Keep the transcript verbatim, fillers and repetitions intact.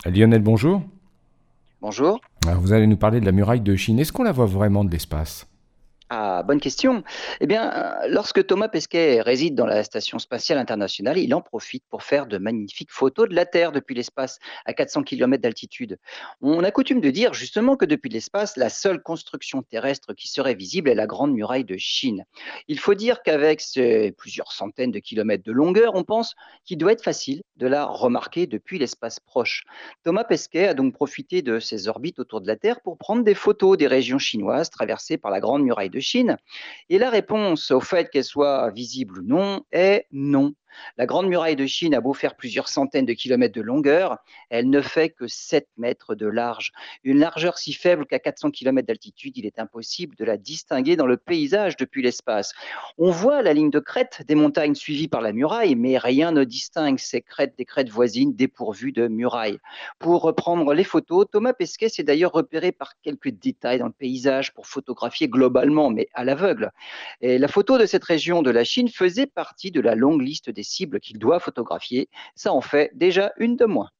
Lionel, bonjour. Bonjour. Alors, vous allez nous parler de la muraille de Chine. Est-ce qu'on la voit vraiment de l'espace? Ah, bonne question. Eh bien, euh, lorsque Thomas Pesquet réside dans la Station spatiale internationale, il en profite pour faire de magnifiques photos de la Terre depuis l'espace, à quatre cents kilomètres d'altitude. On a coutume de dire justement que depuis l'espace, la seule construction terrestre qui serait visible est la Grande Muraille de Chine. Il faut dire qu'avec ses plusieurs centaines de kilomètres de longueur, on pense qu'il doit être facile de la remarquer depuis l'espace proche. Thomas Pesquet a donc profité de ses orbites autour de la Terre pour prendre des photos des régions chinoises traversées par la Grande Muraille de Chine. Et la réponse au fait qu'elle soit visible ou non est non. La Grande Muraille de Chine a beau faire plusieurs centaines de kilomètres de longueur, elle ne fait que sept mètres de large. Une largeur si faible qu'à quatre cents kilomètres d'altitude, il est impossible de la distinguer dans le paysage depuis l'espace. On voit la ligne de crête des montagnes suivies par la muraille, mais rien ne distingue ces crêtes des crêtes voisines dépourvues de muraille. Pour reprendre les photos, Thomas Pesquet s'est d'ailleurs repéré par quelques détails dans le paysage pour photographier globalement, mais à l'aveugle. Et la photo de cette région de la Chine faisait partie de la longue liste des cibles qu'il doit photographier. Ça en fait déjà une de moins.